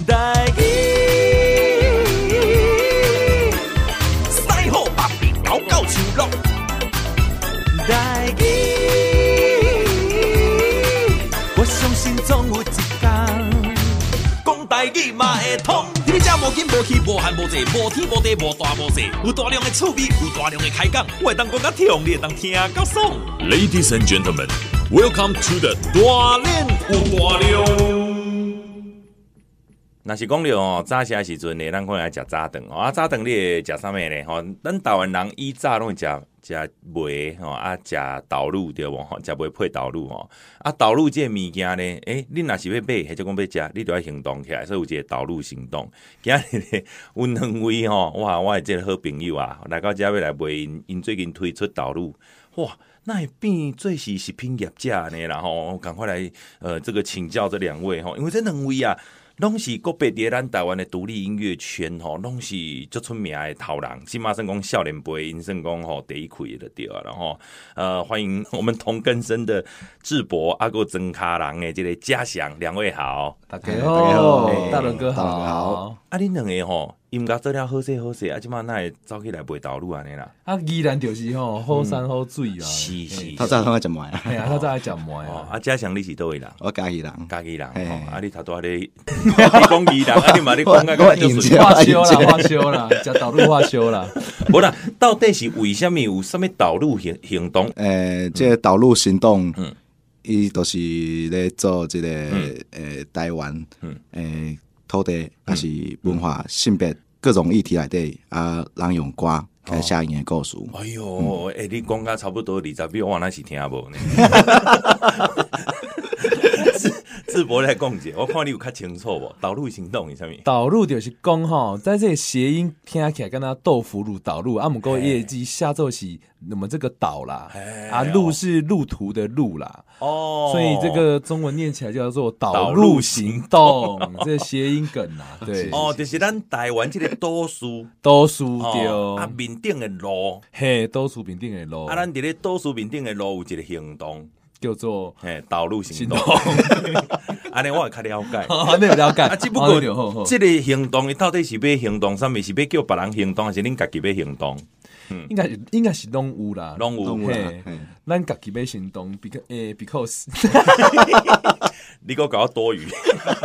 台语， 西好北边狗狗树落， 台语，我相信总有一天， 讲台语嘛会通。你这无紧无气无寒无济，无天无地无大无细，有大量的趣味，有大量的开讲，我会当讲甲痛，你会当听到爽。Ladies and gentlemen, welcome to the 大练有大量。若是讲了哦，早些时阵呢，咱可能爱食早顿哦，早顿你会食啥物呢？吼，咱台湾人以早拢会食糜吼，食豆乳对无吼，食糜配豆乳吼，豆乳这物件呢，你若是要买，或者讲要食，你就要行动起来，所以有一个豆乳行动。今日呢，有两位吼，哇，我的这个好朋友啊，来到这要来卖因最近推出豆乳，哇！那会变做是食品业者呢，然后赶快来这个请教这两位吼，因为这两位啊。拢是国别伫咱台湾的独立音乐圈吼，拢是足出名的头人，起码算讲少年辈，因算讲吼第一开的对啊，然后欢迎我们同根生的智博阿个曾卡郎的这个嘉祥，两位好， 大家好，大伦哥好， 恁两个吼音乐做了好势好势，即马那会走起来卖道路安尼啦， 依然就是吼好山好水啊， 是， 透早通爱食糜啊， 系啊，透早爱食糜啊， 嘉祥你是倒位人？ 我嘉义人， 你头拄仔咧。你讲宜人，你嘛你讲我引荐花烧啦，食导入花烧啦。 无啦，到底是为什么有什么导入行动？ 这个导入行动，伊都是咧做这个台湾土地还是文化性别各种议题内底啊，人用歌来写因的故事。 哎呦，你讲甲差不多20秒，我那是听无呢。智博来讲者，我看你有较清楚无？导入行动是啥物？ 导入就是讲吼，在这个谐音听起来跟它豆腐乳导入，毋过业绩下奏是我们这个岛啦，路是路途的路啦，所以这个中文念起来叫做导入行动，这谐音梗啊，对， 就是咱台湾这个岛屿对， 面顶的路， 嘿，岛屿面顶的路， 咱伫咧岛屿面顶的路有一个行动。 叫做导入行动，安尼我会较了解， 你有了解。 只不过这个行动，伊到底是要行动，啥物是要叫别人行动，还是恁家己要行动？ 应该是拢有啦， 拢有啦。 咱家己要行动 ，because 你给我搞到多余。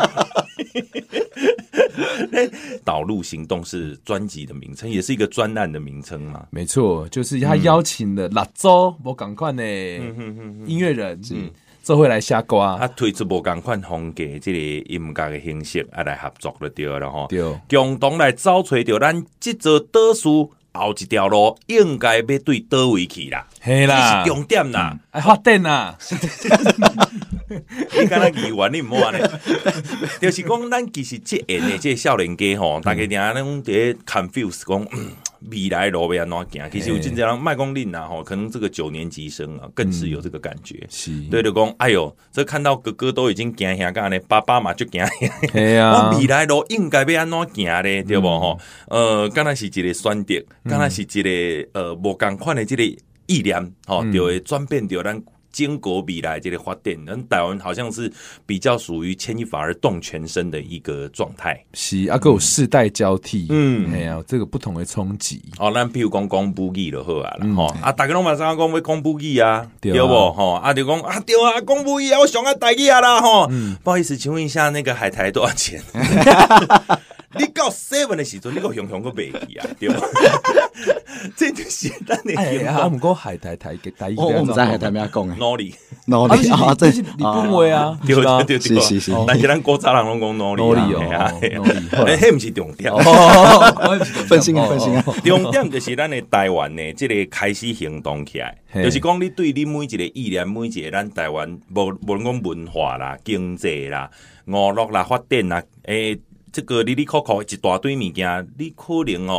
导入行动是专辑的名称，也是一个专案的名称嘛？ 没错，就是他邀请了六组无同款的音乐人，做会来写歌， 他推出无同款风格这个音乐的形式，来合作就对了吼。 对， 共同来找找到咱这座岛屿后一条路应该要对倒位去啦， 嘿啦， 这是重点啦， 发电啦。 你敢若议员，你毋好安尼，就是讲咱其实这演的这少年家吼，大家定拢伫 confuse 讲未来路要安怎行。其实有真正人卖讲恁啦吼，可能这个9年级生啊，更是有这个感觉。 是， 对就讲，哎呦，这看到哥哥都已经行遐干呢，爸爸嘛就行遐。 系啊， 我未来路应该要安怎行咧，对无吼？敢若是一个选择，敢若是一个无共款的这个意念，吼，就会转变到咱。经国未来这个发展，台湾好像是比较属于牵一发而动全身的一个状态。 是啊，还有世代交替，哎呀，这个不同的冲击。 咱譬如讲讲武艺就好啊啦，吼大家拢马上讲要讲武艺啊，对不？吼就讲对啊，讲武艺啊，我上爱台语啊啦，吼。不好意思，请问一下那个海苔多少钱？你到 7 的时阵，你个熊熊个卖去啊，对吧？这就是咱的行动。 不过海苔台我唔知海苔咩讲诶， 努力啊， 这是日本话啊， 对， 是， 但是咱古早人拢讲努力啊， 迄毋是重点。 分心， 重点就是咱的台湾呢，这个开始行动起来，就是讲你对你每一个意念，每一个咱台湾，无论讲文化啦、经济啦、娱乐啦、发展啦，这个里里扣扣一大堆物件，你可能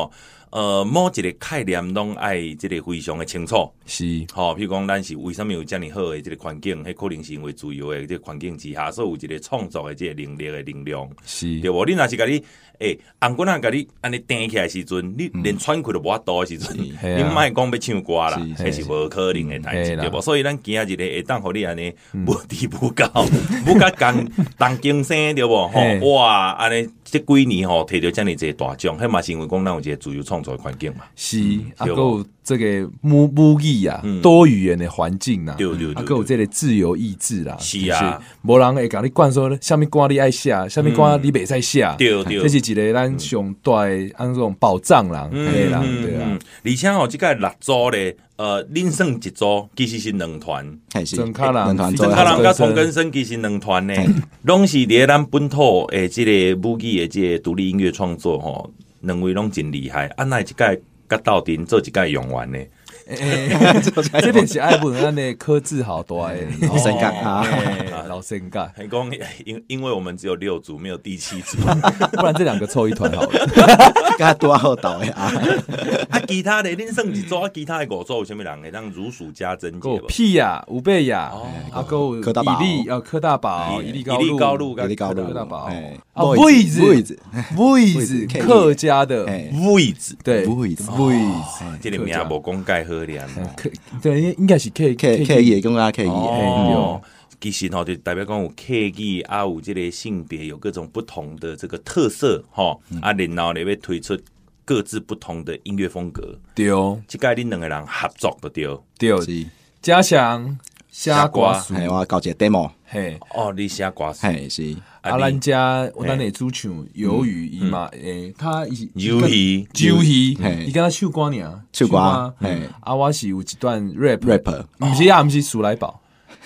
某一个概念拢爱即个非常的清楚。 是， 譬如讲，咱是为什么有遮尔好的即个环境？迄可能是因为自由的即个环境之下，所以有一个创作的即个能力的能量， 是， 对无？你若是甲你红棍仔甲你安尼顶起来的时阵，你连喘气都无法度的时阵，你莫讲要唱歌啦，迄是无可能的代志，对无？所以咱今仔日会当互你安尼无低不高，不甲当竞争，对无？哇，安尼这几年摕到遮尔济大奖，迄嘛是因为讲咱有一个自由创作的环境嘛。 是，还有这个母语啊，多语言的环境啦， 对， 还有这个自由意志啦， 是啊， 无人会甲你灌输啥物歌你爱写，啥物歌你袂使写， 对， 这是一个咱上大的按种保障啦，对啦，对啊。 而且即个6组咧，恁算一组，其实是2团， 真卡人甲同根生其实2团呢，拢是伫咱本土诶，即个母语诶，即个独立音乐创作吼，2位拢真厉害，那一届甲斗阵做一届用完呢。 这边是爱问咱的柯志豪大诶老生角啊， 老生角。 还讲因为我们只有6组，没有第7组， 不然这2个凑一团好了。 甲多好斗诶啊！ 其他的恁算一组，其他的5组有啥物人会当如数家珍有屁呀、吴贝雅，啊，有柯大宝、 柯大宝、伊利高路、 柯大宝， 啊， 位子，客家的位子， 对，位子， 这个名无讲介好念。 对，应该是 K 语，讲啊 K 语， 其实就代表讲有 K 语啊，有这个性别有各种不同的这个特色啊，然后要推出各自不同的音乐风格。对，这个恁2个人合作不对？ 对，嘉祥写歌词， 我搞一个 demo， 你写歌词， 是。 咱家咱的主唱鱿鱼伊嘛，他鱿鱼， 伊跟他唱歌尔， 唱歌， 我是有一段 rap， 不是鼠来宝。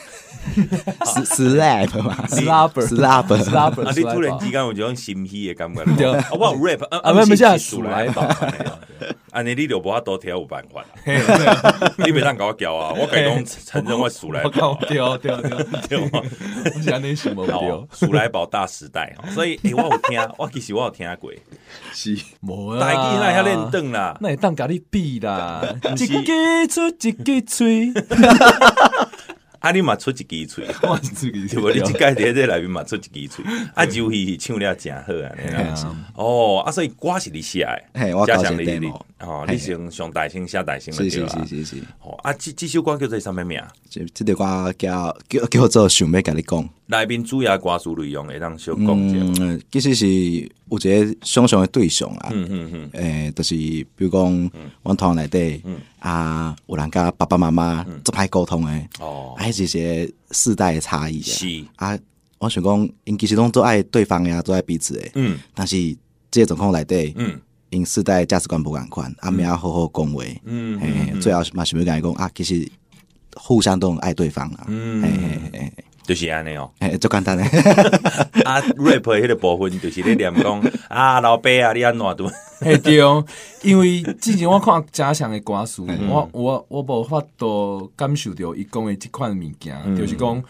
slap 嘛 ，slap，你突然之间有种心虚的感觉，我有 rap， 不是鼠来宝， 安尼你就无法多挑有办法，你别当甲我叫啊，我甲你讲承认我鼠来宝， 对，我是安尼想无对， 鼠来宝大时代，所以我有听，其实我有听过， 是无啦， 大家那遐练凳啦， 那会当甲你比啦，一支出一支吹。 你嘛出一支嘴，对无？你即届伫这内面嘛出一支嘴，游戏是唱了真好啊！所以歌是你写的， 我搞成 demo，你上大声写大声是。 这首歌叫做啥物名？ 这个歌叫做想要甲你讲。 内面主要歌词内容会当小讲其实是有一个想象的对象啊，就是比如讲，阮团内底有人甲爸爸妈妈做歹沟通的，是一些世代的差异啊。我想讲，因其实拢做爱对方呀，做爱彼此的，但是这个状况内底，因世代价值观不共款，没有好好讲话，最后嘛想要甲伊讲其实互相都爱对方啊， 就是安尼最简单的 rap 迄个部分就是咧念讲老爸你安怎对？ 对，因为之前我看嘉祥的歌词，我无法度感受到伊讲的这款物件，就是讲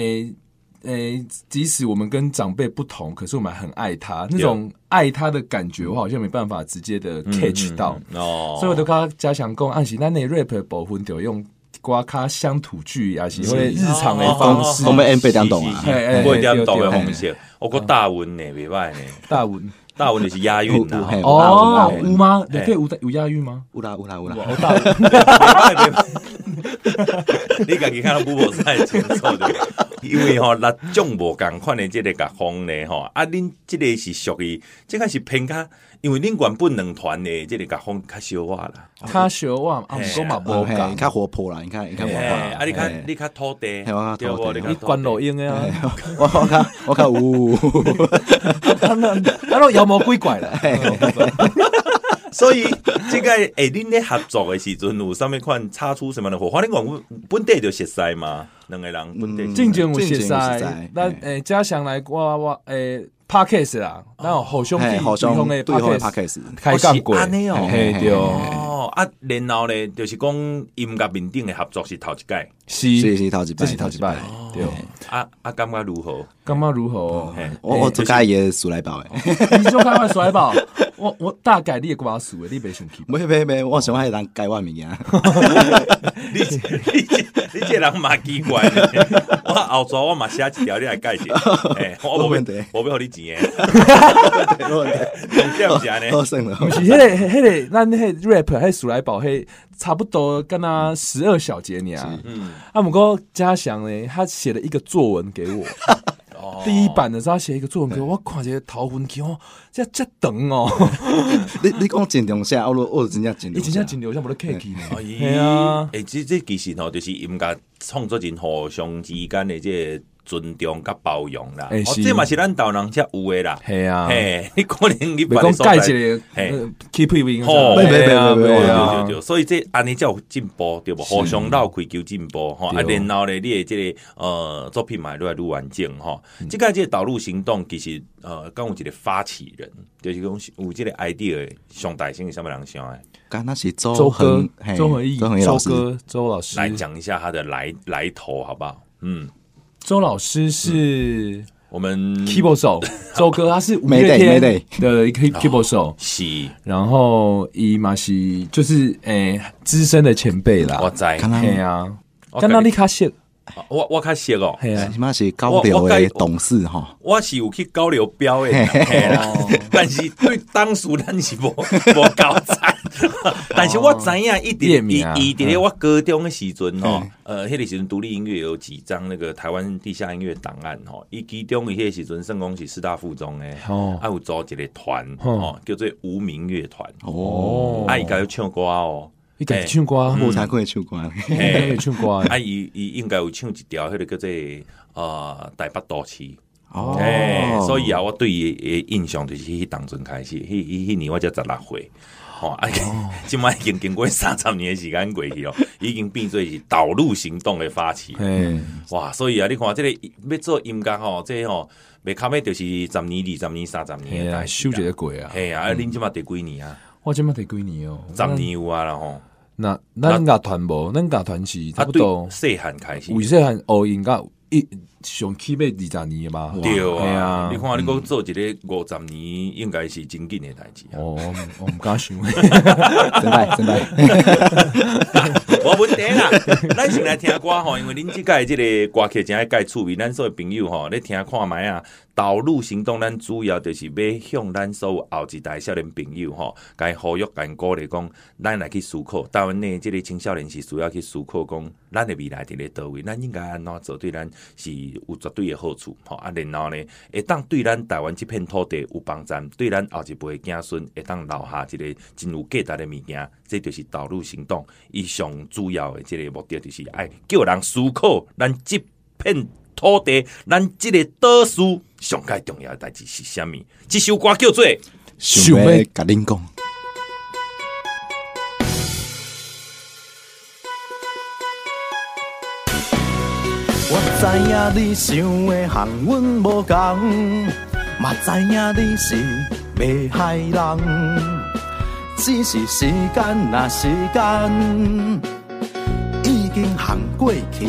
即使我们跟长辈不同，可是我们很爱他，那种爱他的感觉，我好像没办法直接的 catch 到，所以我就跟嘉祥讲，按是咱的 rap 的部分就用。歌较乡土剧也是会日常的方式， 我们 N 被点懂啊， 不会点懂的方式。我讲大文呢，袂歹呢，大文就是押韵呐。 有吗？你可以有押韵吗？ 有啦。 大文， 你家己看到不无赛清楚的，因为6种无共款的这个乐风呢，恁这个是属于这个是偏较。因为恁原本2团的这个乐风较小我啦， 较小我不过嘛无共， 较活泼啦，你看活泼。 你较土地， 对不？ 你关录音的啊， 我较有， 那妖魔鬼怪啦。 所以这个恁咧合作的时阵有啥物款擦出什么的火花？恁讲本地就熟悉嘛，2个人本地正经有熟悉，咱嘉祥来我Podcast 啦，然后好兄弟对方的 Podcast 开讲过， 对然后咧就是讲音乐面顶的合作是头一届， 是头一摆，对。 感觉如何？ 感觉如何？ 我做介也鼠来宝你做介鼠来宝， 我大概你的歌词，你袂想去。 没，我想迄人改我物件。 你这人嘛奇怪，我后座我嘛写一条，你来改一下。我无问题，我要互你钱诶。 没问题， 重点是安尼。 好算了。 不是，迄个，咱迄 rap， 迄鼠来宝，迄差不多跟他12小节呢。啊，不过嘉祥呢，他写了一个作文给我。第一版的时候，他写一个作文给我，我看这个头昏去哦，这长哦。 你讲真重写，我真正真重写， 你真正真重写，无得客气呢。 系啊，这其实吼，就是音乐创作人互相之间的这尊重甲包容啦。这嘛是咱岛人才有的啦。 系啊， 你可能你别讲改一个，keep it 对，所以这安尼才有进步，对不？互相绕开求进步吼。啊，然后呢，你的这个作品嘛，越来越完整吼。这个这导入行动，其实刚有一个发起人，就是讲有这个 idea 的上大声是什么人想的？ 刚那是周义老师， 周老师来讲一下他的来头好不好？ 周老师是我们 keyboard 手，周哥他是五月天的一个 keyboard 手， 是， 然后伊嘛是就是资深的前辈啦， 我知， 嘿啊，刚刚你卡识。 我较熟哦， 起码是高流的董事哈， 我是有去高流标的，但是对当时咱是无高赞，但是我知影一点，伊伫咧我高中的时阵吼，迄个时阵独立音乐有几张那个台湾地下音乐档案吼，伊其中伊迄个时阵算讲是师大附中诶，有组一个团吼，叫做无名乐团哦，伊家有唱歌哦。 伊家唱歌， 我才会唱歌， 会唱歌。 啊，伊应该有唱一条迄个叫做台北都市。哦，所以啊，我对伊的印象就是迄当阵开始，迄年我才16岁。今摆已经经过30年的时间过去了，已经变做是导入行动的发起。哇，所以啊，你看这个要做音乐吼，这吼袂卡咩就是10年、20年、30年的修一个过啊。 嘿啊，恁即马第几年啊？ 我即马第几年哦 ？10年有啊啦吼。 那咱乐团无，咱乐团是差不多细汉开始， 为细汉学音乐上起码20年嘛。 对啊，你看你讲做一个50年，应该是真紧的代志。 我唔敢想， 真的， 无问题啦。咱先来听歌吼，因为恁即个即个歌曲真爱趣味，咱所有朋友吼，咧听看卖啊。导入行动，咱主要就是要向咱所有后一代少年朋友吼，该呼吁、该鼓励讲，咱来去思考，台湾内即个青少年是需要去思考讲，咱的未来伫咧倒位，咱应该安怎做，对咱是有绝对的好处吼。啊，然后呢，会当对咱台湾这片土地有帮助，对咱后一辈子孙会当留下一个真有价值的物件，这就是导入行动。伊上主要的这个目的就是爱叫人思考，咱这片土地，咱这个岛屿上界重要的代志是啥物？这首歌叫做《 想要甲恁讲》。 我知影你想的和阮无同，嘛知影你是要害人，只是时间那时间已经行过去。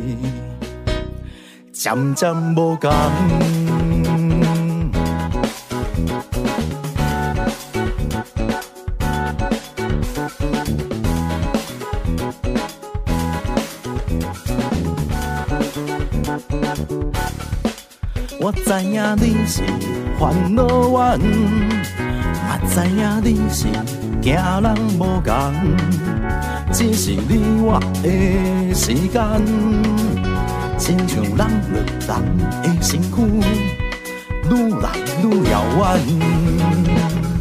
渐渐无同，我知影你是烦恼怨，嘛知影你是惊人无共，只是你我的时间。亲像人落人的身躯，愈来愈遥远。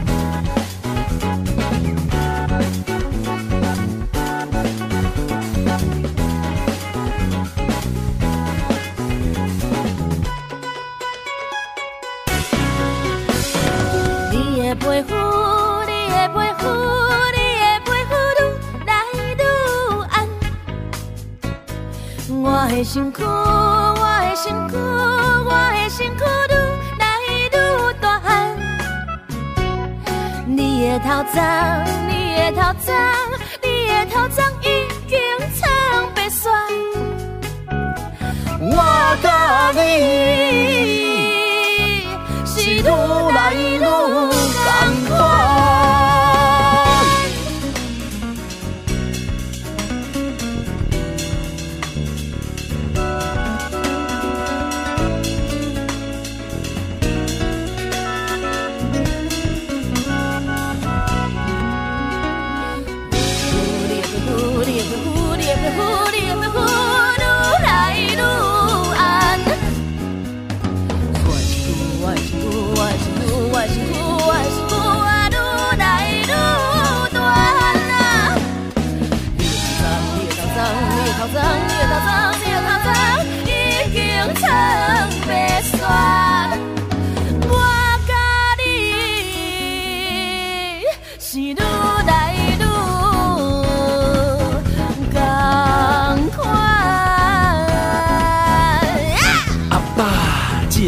你的背负，你的背负，你的背负愈来愈暗。我的身躯，我的身躯，我的身躯愈来愈大汉。你的头鬃，你的头鬃，你的头鬃已经苍白煞。我甲你是愈来愈同款。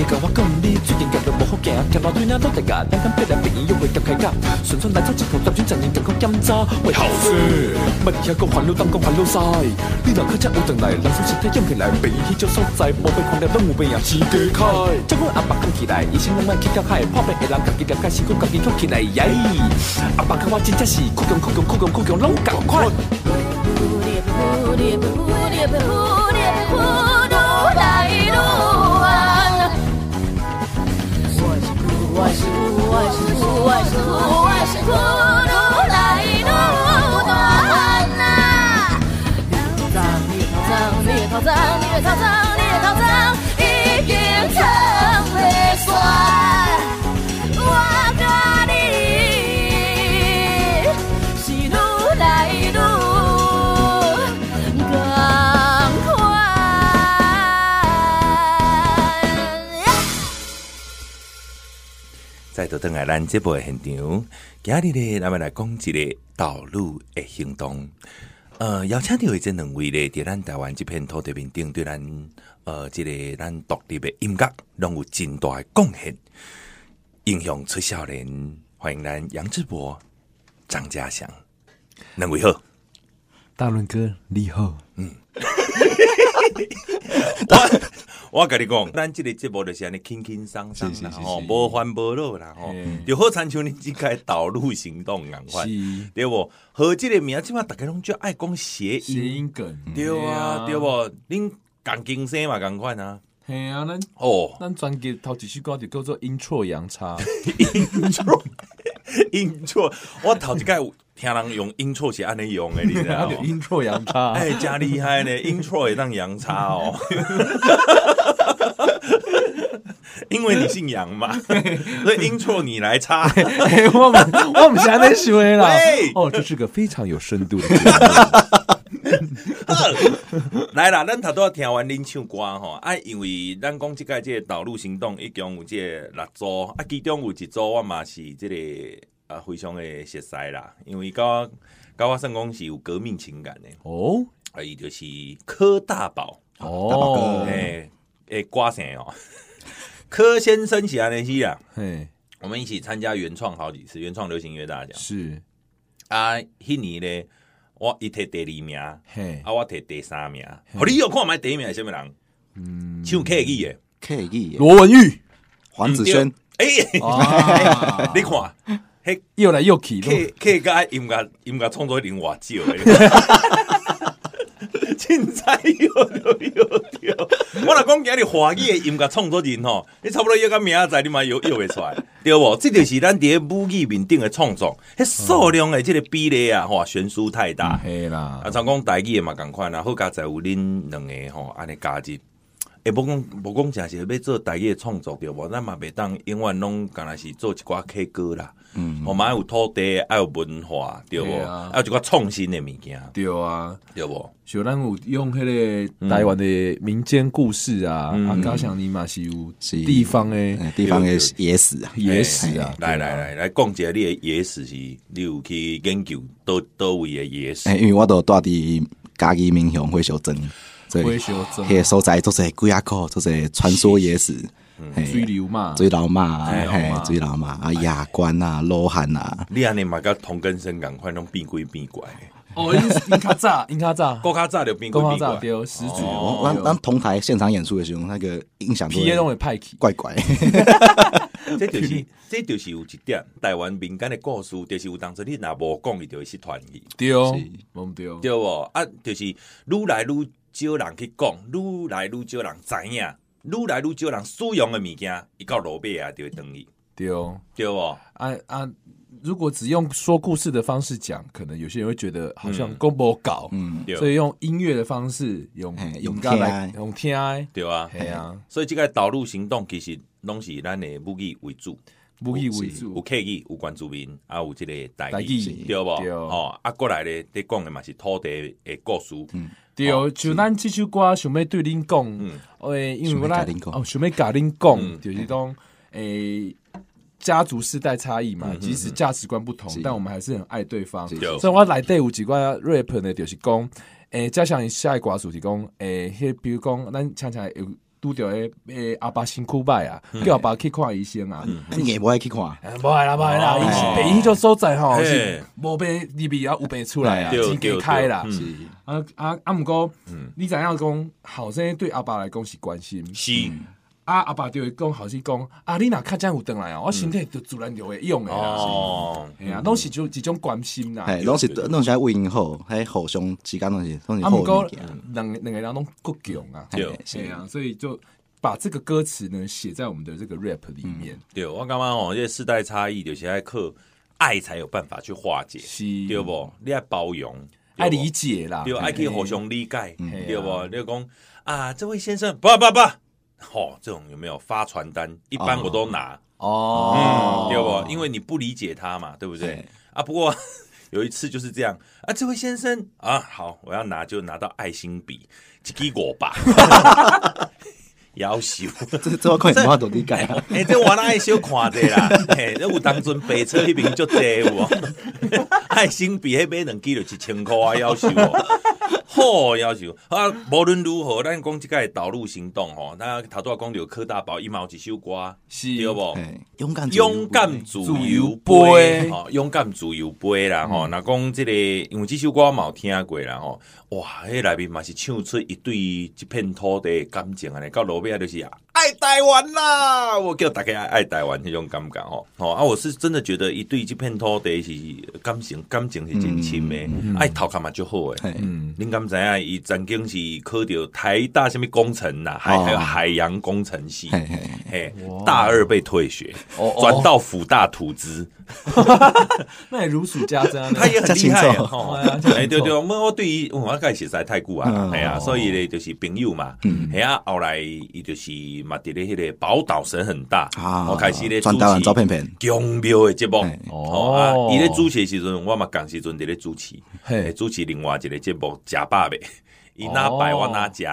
甲我讲，你最近行得无好行，行路对那都大家，咱敢别来别人约会甲开讲，顺顺来做一头当军，真人艰苦检查。喂，后生，莫伫遐讲烦恼，当讲烦恼塞。你若靠车有转来，人生身体用起来，病院迄种所在，无被狂烈拢有病啊，生加开。将阮阿爸讲起来，医生拢莫去到海，破病的人家己了解身躯，家己扛起来耶。阿爸甲我真正是苦强，拢共款。 已经唱袂煞，我甲你是愈来愈同款。 再度登来咱这部的现场，今日呢，咱们来讲一个道路的行动。邀请到的这两位呢，在咱台湾这片土地面顶，对咱这个咱独立的音乐，拢有真大的贡献，影响出少年。欢迎咱杨志博、张家祥两位好。 大伦哥你好， 我跟你讲，咱这个节目就是安尼轻轻松松啦，吼，无烦无恼啦，吼，就好亲像恁即个道路行动共款，对无？和这个名，即马大家拢就爱讲谐音梗， 对啊，对无？恁讲经生嘛共款啊， 系啊，咱专辑头一首歌就叫做阴错阳差， 阴错，我头一届有听人用阴错是安尼用的，你知道吗？ 阴错阳差， 哎，真厉害呢，阴错也当阳差哦。因为你姓杨嘛，所以阴错你来插。 我们现在学会了。哦，这是个非常有深度的节目。来啦，咱头都要听完恁唱歌吼，啊，因为咱讲即个这个道路行动，一共有这6组，啊，其中有一组我嘛是这个非常的熟悉啦，因为甲我算讲是有革命情感的哦， 伊就是柯大宝哦， 歌声哦。柯先生是安尼是啊， 我们一起参加原创好几次，原创流行音乐大奖是啊，迄年咧，我伊摕第2名，啊，我摕第3名，你有看买第1名是什么人？唱客语的， 客语罗文玉、 黄子轩， 你看，迄又来又去， 客甲音乐创作零偌少的。凊彩有，我若讲今日华语的音乐创作人吼，你差不多约到明仔载，你嘛约袂出来，对无？这就是咱伫母语面顶的创作，迄数量的这个比例啊，哇，悬殊太大。 嘿啦， 啊，像讲台语的嘛共款啦，好佳在有恁两个吼，安尼加入。无讲正是要做台语的创作对无？咱嘛袂当永远拢干那是做一寡 K 歌啦。我嘛有土地，爱有文化，对无？还有一寡创新的物件， 对啊， 对无？ 像咱有用迄个台湾的民间故事啊，加上你嘛是有地方的野史啊， 来讲一下你的野史是，你有去研究倒位的野史？ 因为我都住伫嘉义民雄火烧镇。迄个所在做者几啊个，做者传说野史， 水流嘛， 水流嘛，啊，亚冠啊，罗汉啊， 你安尼嘛，甲同根生共款，拢变鬼变怪。 哦，因较早， 够较早就变鬼变怪， 对，始祖。 咱同台现场演出的时候，那个音响皮都会派去， 怪怪。 这就是有一点台湾民间的故事，就是有当初你若无讲，伊就会失传去。 对， 对无啊，就是愈来愈少人去讲，愈来愈少人知影，愈来愈少人使用的物件，伊到路尾啊就会等于。 对无如果只用说故事的方式讲，可能有些人会觉得好像公不搞，所以用音乐的方式，用听来用听， 对啊，所以这个导入行动其实拢是咱的母语为主，有客语，有原住民，啊有这个台语，对无？哦，啊过来咧，你讲的嘛是土地的故事， 对，像咱这首歌想要对恁讲，因为我来想要甲恁讲，就是讲家族世代差异嘛，即使价值观不同，但我们还是很爱对方。所以我内底有几寡 rap 呢，就是讲，加上下一寡主题讲，比如讲，咱常常有拄着阿爸身躯歹啊，叫阿爸去看医生啊。 硬无爱去看， 无爱啦，无爱啦，病迄种所在吼是无病入去啊，有病出来啊，钱给开啦。是毋过，你知影讲后生对阿爸来讲是关心， 是。 阿爸就会讲，后生讲你若较真有转来哦，我身体就自然就会用的啦。哦，系啊，拢是就一种关心啦。 嘿，拢是爱为因好，迄互相之间拢是好物件。 两个人拢够强啊，对啊，所以就把这个歌词呢写在我们的这个 rap 里面。 对，我感觉这世代差异就是爱靠爱才有办法去化解，对不？你爱包容， 爱理解啦， 对，爱去互相理解，对不？你讲这位先生，不。这种有没有发传单？一般我都拿对不？因为你不理解他嘛，对不对？不过有一次就是这样这位先生好，我要拿就拿到爱心笔，一支5把，夭寿， 这我看无法度理解啊！ 这我爱小看者啦，这有当阵白车迄边足济有爱心笔迄买2支就1000块夭寿好要求无论如何，咱讲即个导入行动咱头拄讲到柯大宝伊嘛有一首歌，对无？ 勇敢自由杯，勇敢自由杯啦若讲即个，因为即首歌我嘛有听过啦哇，迄内面嘛是唱出一对一片土地的感情安尼，到落尾就是爱台湾啦，我叫大家爱台湾迄种感觉我是真的觉得一对这片土地是感情是真深的，爱头壳嘛就好诶，恁敢知影伊曾经是考到台大什么工程啦，还有海洋工程系，大2被退学，转到辅大土资， 那也如数家珍， 他也很厉害对，我对于我开始实在太久所以咧就是朋友嘛，后来伊就是嘛伫咧迄个宝岛神很大，我开始咧主持强庙的节目，伊咧主持的时阵，我嘛共时阵伫咧主持另外一个节目食饱未，伊哪摆我哪食。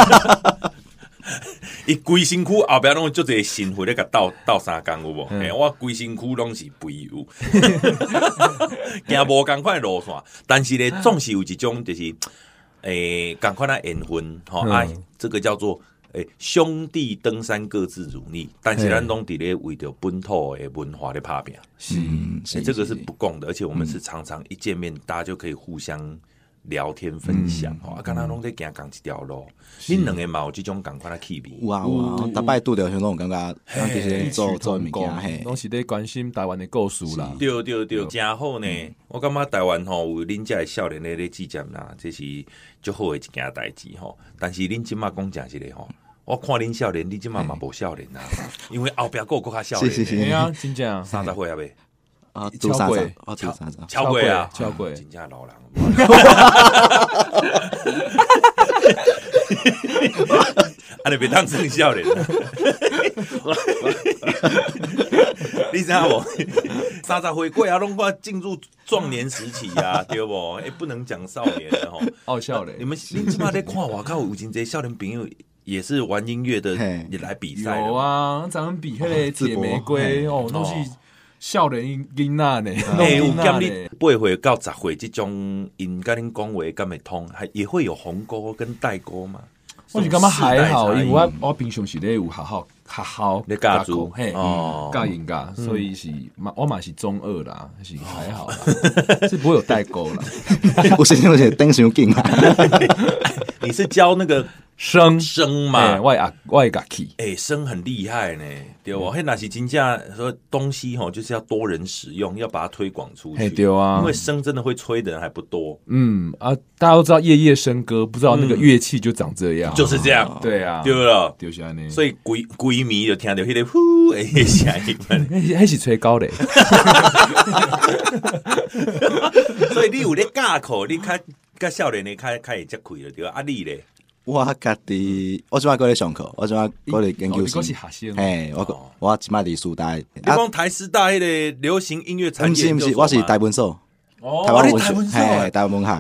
伊规身躯后壁拢足侪神血咧，甲斗三工有无？我规身躯拢是肥油，行无共款路线，但是咧总是有一种就是共款的缘分这个叫做兄弟登山各自努力，但是咱拢伫咧为着本土的文化咧打拼，这个是不共的，而且我们是常常一见面，大家就可以互相聊天分享敢若拢在行同一条路，恁两个嘛有这种同款的气味？ 有啊，逐摆拄着像种感觉，其实做物件， 拢是在关心台湾的故事啦。 对，真好呢！我感觉台湾有恁遮的少年咧志占啦，这是足好的一件代志但是恁即马讲正实咧我看恁少年，你即马嘛无少年啦，因为后壁佫有较少年。 是啊，真正 30岁啊未？ 超过， 超过啊， 超过， 真正老人。你别当成少年。你知道无？30岁过啊，拢快进入壮年时期啊，对不？不能讲少年的少年。 恁即马在看外口有真侪少年朋友。也是玩音乐的，也来比赛。 有啊，咱们比迄个铁玫瑰都是少年囡仔呢。 有减你8岁到10岁这种，因跟恁讲话敢会通，还也会有鸿沟跟代沟嘛。 我是感觉还好，因为我平常是咧有学校咧教书， 教音乐，所以是我嘛是中2啦，是还好啦，是不会有代沟啦。 我是等伤紧啊。 你是教那个？声嘛， 我也去， 声很厉害呢，对不？那是真正说东西就是要多人使用，要把它推广出去， 对啊， 因为声真的会吹的人还不多。 大家都知道夜夜笙歌，不知道那个乐器就长这样， 就是这样， 对啊， 对了， 就是安尼， 所以规迷就听到迄个呼的声音， 还是吹高嘞。 所以你有咧教课，你较少年的较会接开了，对吧？你咧？ 我家己，我即摆搁咧上课，我即摆搁咧研究生。 你是学生？ 我即摆伫师大。 你讲台师大迄个流行音乐产业？ 不是，我是台文所。 台湾文学， 台湾文学。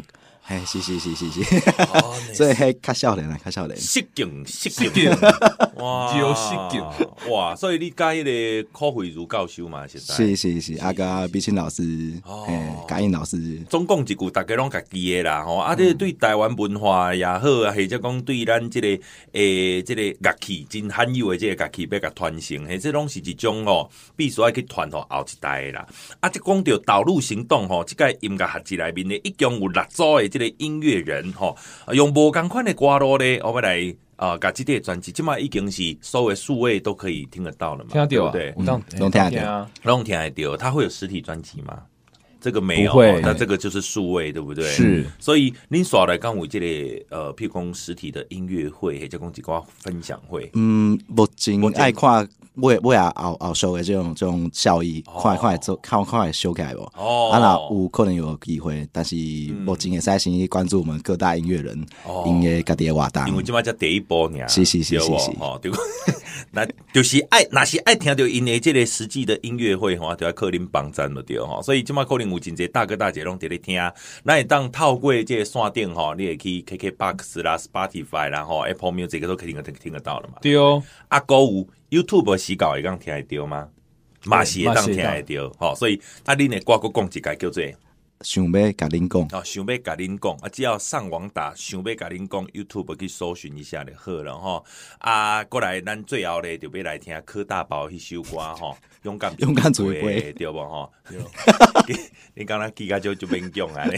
嘿，是，所以迄较少年啦，较少年。 失敬，哇， 有失敬哇！所以你甲迄个柯慧茹教授嘛，实在是，甲毕清老师，嘉颖老师， 总讲一句，大家拢家己的啦吼。啊，这对台湾文化也好，或者讲对咱这个这个乐器真罕有的这个乐器要甲传承，嘿，这拢是一种必须要去传互后一代的啦。啊，即讲到导入行动吼，即个音乐学习内面呢，一共有6组的这个音乐人吼，用无共款的歌路咧，我要来甲这个专辑，即卖已经是所有的数位都可以听得到了嘛， 听得到啊， 对不对？ 拢听得到， 拢听得到。它会有实体专辑吗？这个没有， 不会， 那这个就是数位，对不对？ 是， 所以恁刷来讲有这个譬如讲实体的音乐会，或者讲一个分享会， 目前爱看尾啊后续的这种效益，快做，快修起来无？啊，那有可能有机会，但是目前会使先去关注我们各大音乐人，因为家己的活动， 因为即摆才第一波尔， 是， 哦，对，那就是若是爱听到因的这个实际的音乐会吼，就要靠恁帮赞就对吼，所以即摆可能有真侪大哥大姐拢伫咧听，咱会当透过这个线顶吼，你会去 KKBOX 啦、Spotify 啦、吼 Apple Music 都可以听得到了嘛。 对哦， 啊，还有 YouTube 时稿会当听得到吗？嘛是会当听得到，吼，所以啊，恁的歌佫讲一个叫做。 想要甲恁讲， 想要甲恁讲，只要上网打想要甲恁讲 YouTube 去搜寻一下就好了吼。啊，过来咱最后咧就要来听柯大宝迄首歌吼，勇敢做杯对无吼？你刚才记甲就勉强啊咧，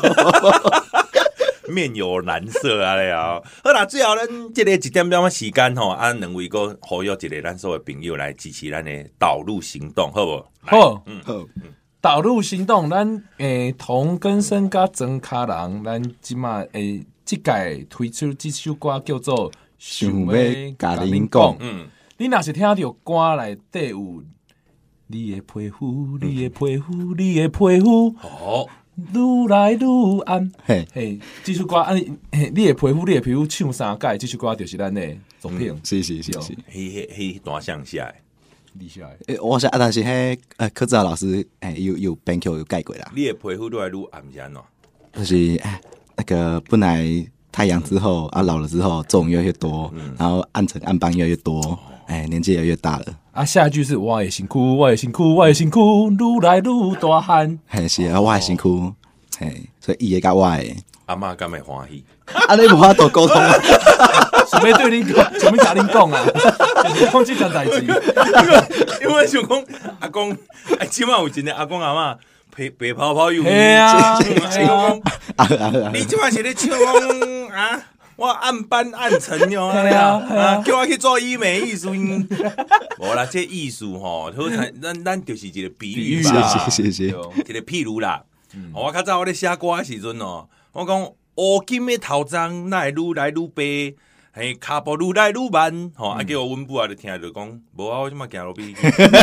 面有难色啊咧啊！好啦，最后咱这个1点钟的时间吼，啊，两位个呼吁一个咱所有朋友来支持咱的导入行动，好不？ 好， 好。 导入行动，咱同根生甲曾卡人，咱即马即届推出这首歌叫做《 想要甲恁讲》。 你若是听到歌内底有你的皮肤，你的皮肤，你的皮肤，愈来愈暗。嘿，这首歌你的皮肤，你的皮肤唱3届，这首歌就是咱的作品。 是， 迄段像写的。 厉害！ 我想但是迄柯志豪老师有编曲有改过啦。 你的皮肤愈来愈暗是安怎？ 就是那个本来太阳之后老了之后皱纹越来越多，然后暗斑越来越多，年纪也越大了。 啊，下一句是我的辛苦，我的辛苦，我的辛苦，愈来愈大汉。 是啊，我的辛苦，所以伊会甲我的阿嬷敢会欢喜？ 你无法度沟通啊？ 想要对恁讲，想要甲恁讲啊，就是讲这件代志。 因为想讲阿公，即摆有真的阿公阿嬷白泡泡又系啊， 你即摆是咧唱讲啊？我暗斑暗沉哟，叫我去做医美艺术，无啦，这艺术吼，咱就是一个比喻吧， 是， 一个譬如啦。我较早我咧写歌的时阵哦，我讲乌金的头鬃，那会愈来愈白。骹步愈来愈慢，叫我阮母啊，就听就讲，无啊，我即马行路比，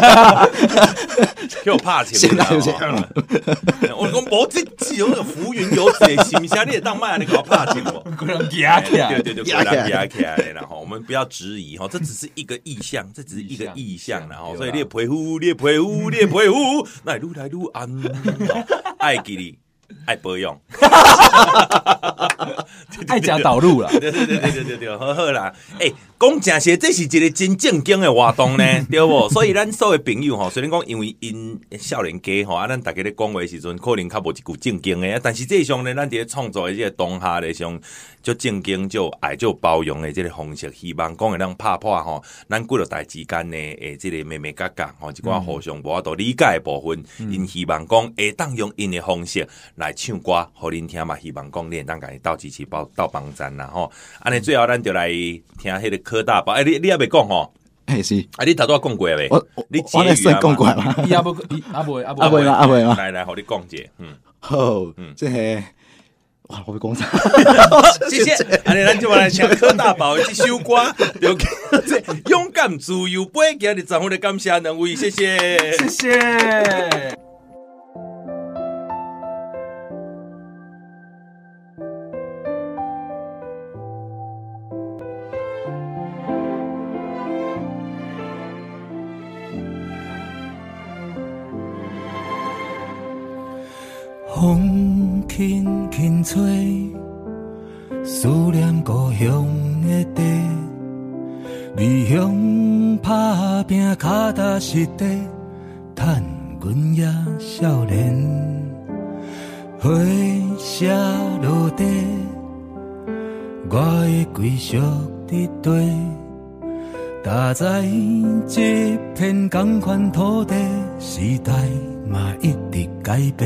叫我拍情啦。我讲无这种浮云游子的形象，你也当卖你给我拍情无？ 个人夹起来， 对，个人夹起来然后我们不要质疑这只是一个意象，然后所以你的皮肤，那愈来愈暗，爱记你。爱保养， 爱加导入啦， 对，好啦。讲正实，这是一个真正经的活动呢，对不？所以咱所有朋友虽然讲因为因少年家咱大家咧讲话时阵，可能较无一句正经的，但是这上呢，咱伫咧创作的这个当下咧上，就正经就爱就包容的这个方式，希望讲会当拍破咱几落代之间呢，这个妹角角一寡互相无法度理解的部分，因希望讲会当用因的方式来唱歌，互恁听嘛。希望讲你会当家己斗支持、斗帮赞啦吼。安尼最后咱就来听迄个柯大宝，你也未讲吼？ 是， 你头拄讲过未？你我咧算讲过嘛？ 阿未嘛？ 来，互你讲者， 好，这个哇，我要讲啥？ 谢谢。安尼咱就来听柯大宝的这首歌，就勇敢自由飞，今日10分的感谢两位，谢谢， 谢谢。 风轻轻吹，思念故乡的地，离乡打拼，脚踏实地，趁阮也少年。花谢落地，我的归属伫地。搭在这片同款土地，时代嘛一直改变。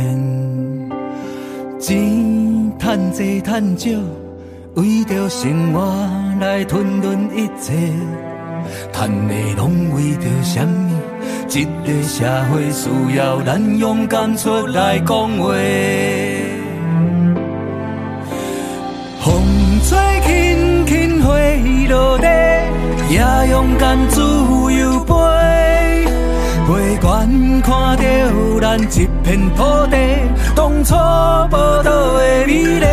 钱赚多赚少，为着生活来吞吞一切。赚的拢为着什么？这个社会需要咱勇敢出来讲话。风吹轻轻飞落地，也勇敢自由飞。飞远看到咱一片土地，当初报道的美丽。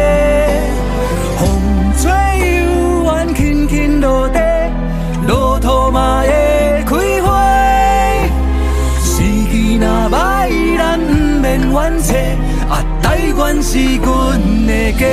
风吹悠远轻轻落地，路途嘛会开花。时机若歹，咱不免怨气，啊，台湾是阮的家。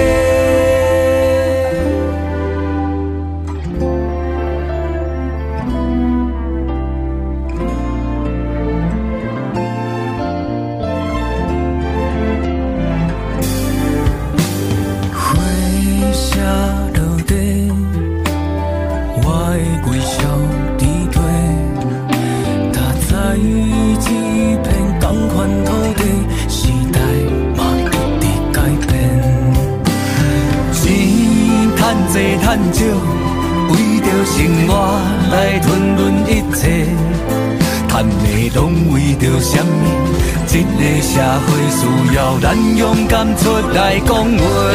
赚少，为着生活来吞吞一切，赚的拢为着什么？这个社会需要咱勇敢出来讲话。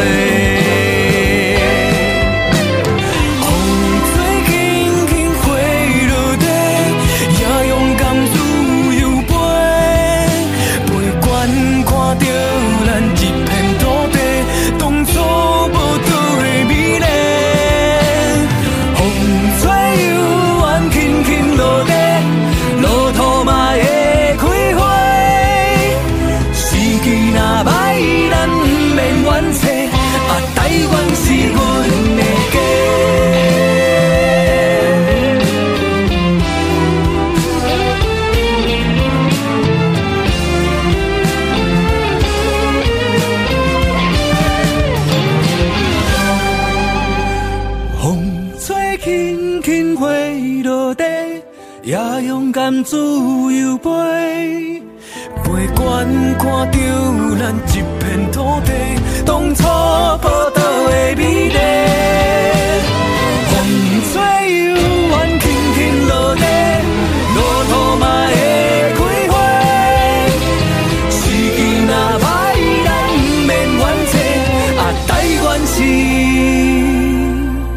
自由飞，飞远看到咱一片土地，当初报道的美丽。风吹悠远轻轻落地，路途嘛会开花。时机若歹，咱不免怨气，啊，台湾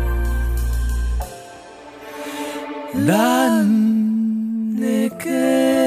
是咱。